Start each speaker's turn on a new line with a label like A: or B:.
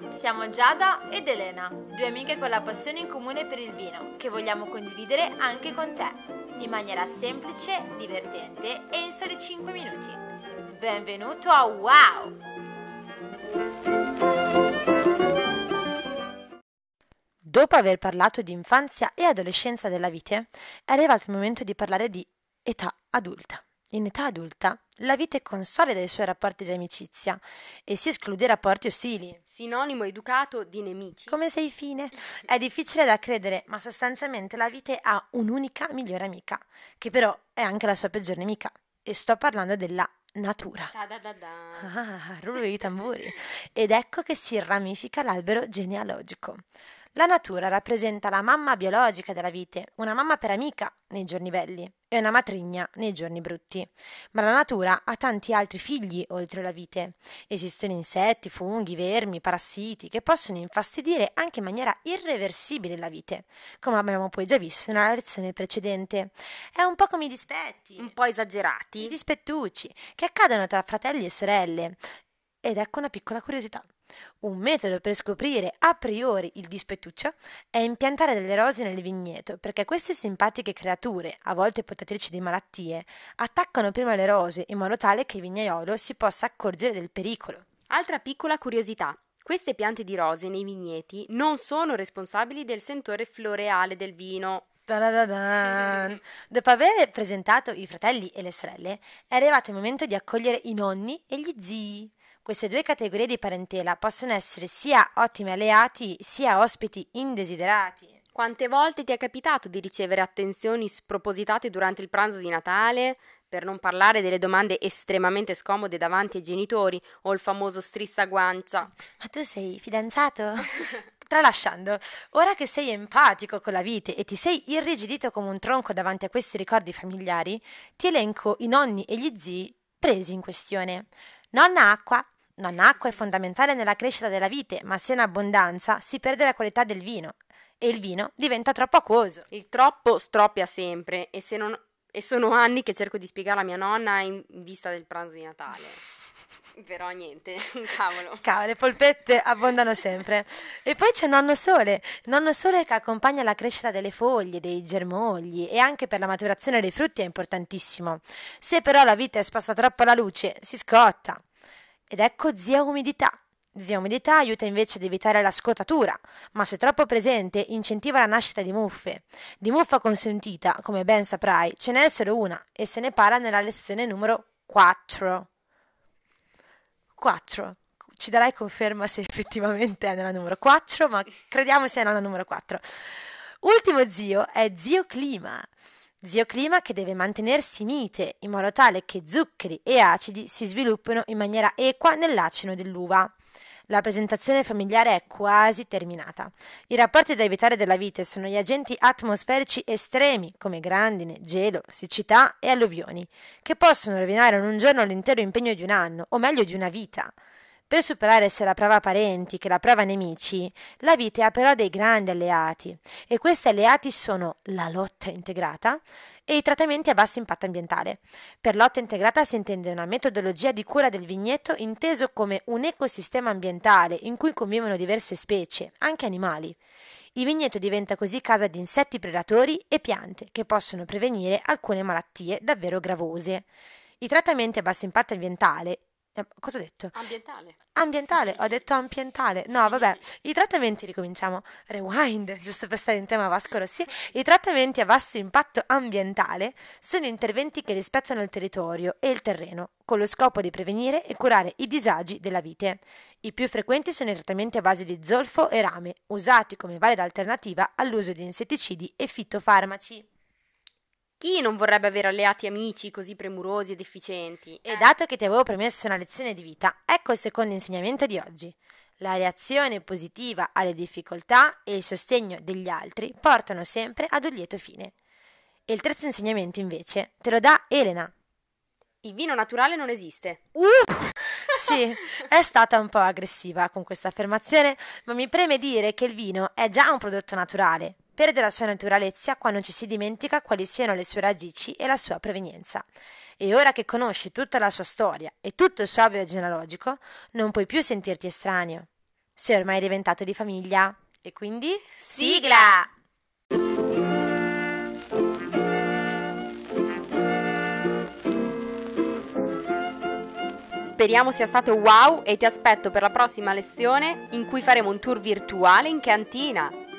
A: Siamo Giada ed Elena, due amiche con la passione in comune per il vino, che vogliamo condividere anche con te, in maniera semplice, divertente e in soli 5 minuti. Benvenuto a Wow! Dopo aver parlato di infanzia e adolescenza della vite, è arrivato il momento di parlare di età adulta. In età adulta, la vite consolida i suoi rapporti di amicizia e si esclude i rapporti ostili.
B: Sinonimo educato di nemici.
A: Come sei fine? È difficile da credere, ma sostanzialmente la vite ha un'unica migliore amica, che però è anche la sua peggior nemica. E sto parlando della natura. Rullo di tamburi. Ed ecco che si ramifica l'albero genealogico. La natura rappresenta la mamma biologica della vite, una mamma per amica nei giorni belli e una matrigna nei giorni brutti. Ma la natura ha tanti altri figli oltre la vite. Esistono insetti, funghi, vermi, parassiti che possono infastidire anche in maniera irreversibile la vite, come abbiamo poi già visto nella lezione precedente. È un po' come i dispetti,
B: Un po' esagerati.
A: i dispettucci, che accadono tra fratelli e sorelle. Ed ecco una piccola curiosità. Un metodo per scoprire a priori il dispettuccio è impiantare delle rose nel vigneto, perché queste simpatiche creature, a volte portatrici di malattie, attaccano prima le rose in modo tale che il vignaiolo si possa accorgere del pericolo.
B: Altra piccola curiosità. Queste piante di rose nei vigneti non sono responsabili del sentore floreale del vino.
A: Ta-da-da-dan. Dopo aver presentato i fratelli e le sorelle, è arrivato il momento di accogliere i nonni e gli zii. Queste due categorie di parentela possono essere sia ottimi alleati sia ospiti indesiderati.
B: Quante volte ti è capitato di ricevere attenzioni spropositate durante il pranzo di Natale? Per non parlare delle domande estremamente scomode davanti ai genitori o il famoso strizzaguancia.
A: Ma tu sei fidanzato? Tralasciando, ora che sei empatico con la vite e ti sei irrigidito come un tronco davanti a questi ricordi familiari, ti elenco i nonni e gli zii presi in questione. Nonna Acqua. Nonna Acqua è fondamentale nella crescita della vite, ma se in abbondanza si perde la qualità del vino e il vino diventa troppo acquoso.
B: Il troppo stroppia sempre e sono anni che cerco di spiegare a mia nonna in vista del pranzo di Natale. Però niente, cavolo.
A: Le polpette abbondano sempre. E poi c'è Nonno Sole che accompagna la crescita delle foglie, dei germogli e anche per la maturazione dei frutti è importantissimo. Se però la vite è esposta troppo alla luce, si scotta. Ed ecco Zia Umidità. Zia Umidità aiuta invece ad evitare la scottatura, ma se troppo presente incentiva la nascita di muffe. Di muffa consentita, come ben saprai, ce n'è solo una e se ne parla nella lezione numero 4. 4. Ci darai conferma se effettivamente è nella numero 4, ma crediamo sia nella numero 4. Ultimo zio è Zio Clima. Zio Clima che deve mantenersi mite in modo tale che zuccheri e acidi si sviluppino in maniera equa nell'acino dell'uva. La presentazione familiare è quasi terminata. I rapporti da evitare della vite sono gli agenti atmosferici estremi come grandine, gelo, siccità e alluvioni, che possono rovinare in un giorno l'intero impegno di un anno, o meglio di una vita. Per superare sia la prova parenti che la prova nemici, la vite ha però dei grandi alleati, e questi alleati sono la lotta integrata e i trattamenti a basso impatto ambientale. Per lotta integrata si intende una metodologia di cura del vigneto inteso come un ecosistema ambientale in cui convivono diverse specie, anche animali. Il vigneto diventa così casa di insetti predatori e piante che possono prevenire alcune malattie davvero gravose. I trattamenti a basso impatto ambientale. Cosa ho detto? Ambientale, ho detto ambientale. No, vabbè, i trattamenti, ricominciamo, rewind, giusto per stare in tema Vasco Rossi. I trattamenti a basso impatto ambientale sono interventi che rispettano il territorio e il terreno, con lo scopo di prevenire e curare i disagi della vite. I più frequenti sono i trattamenti a base di zolfo e rame, usati come valida alternativa all'uso di insetticidi e fitofarmaci.
B: Chi non vorrebbe avere alleati amici così premurosi ed efficienti?
A: E dato che ti avevo promesso una lezione di vita, ecco il secondo insegnamento di oggi. La reazione positiva alle difficoltà e il sostegno degli altri portano sempre ad un lieto fine. E il terzo insegnamento invece te lo dà Elena.
B: Il vino naturale non esiste.
A: Sì, è stata un po' aggressiva con questa affermazione, ma mi preme dire che il vino è già un prodotto naturale. Perde la sua naturalezza quando ci si dimentica quali siano le sue radici e la sua provenienza. E ora che conosci tutta la sua storia e tutto il suo albero genealogico, non puoi più sentirti estraneo. sei ormai diventato di famiglia. E quindi
B: sigla! Speriamo sia stato wow e ti aspetto per la prossima lezione in cui faremo un tour virtuale in cantina.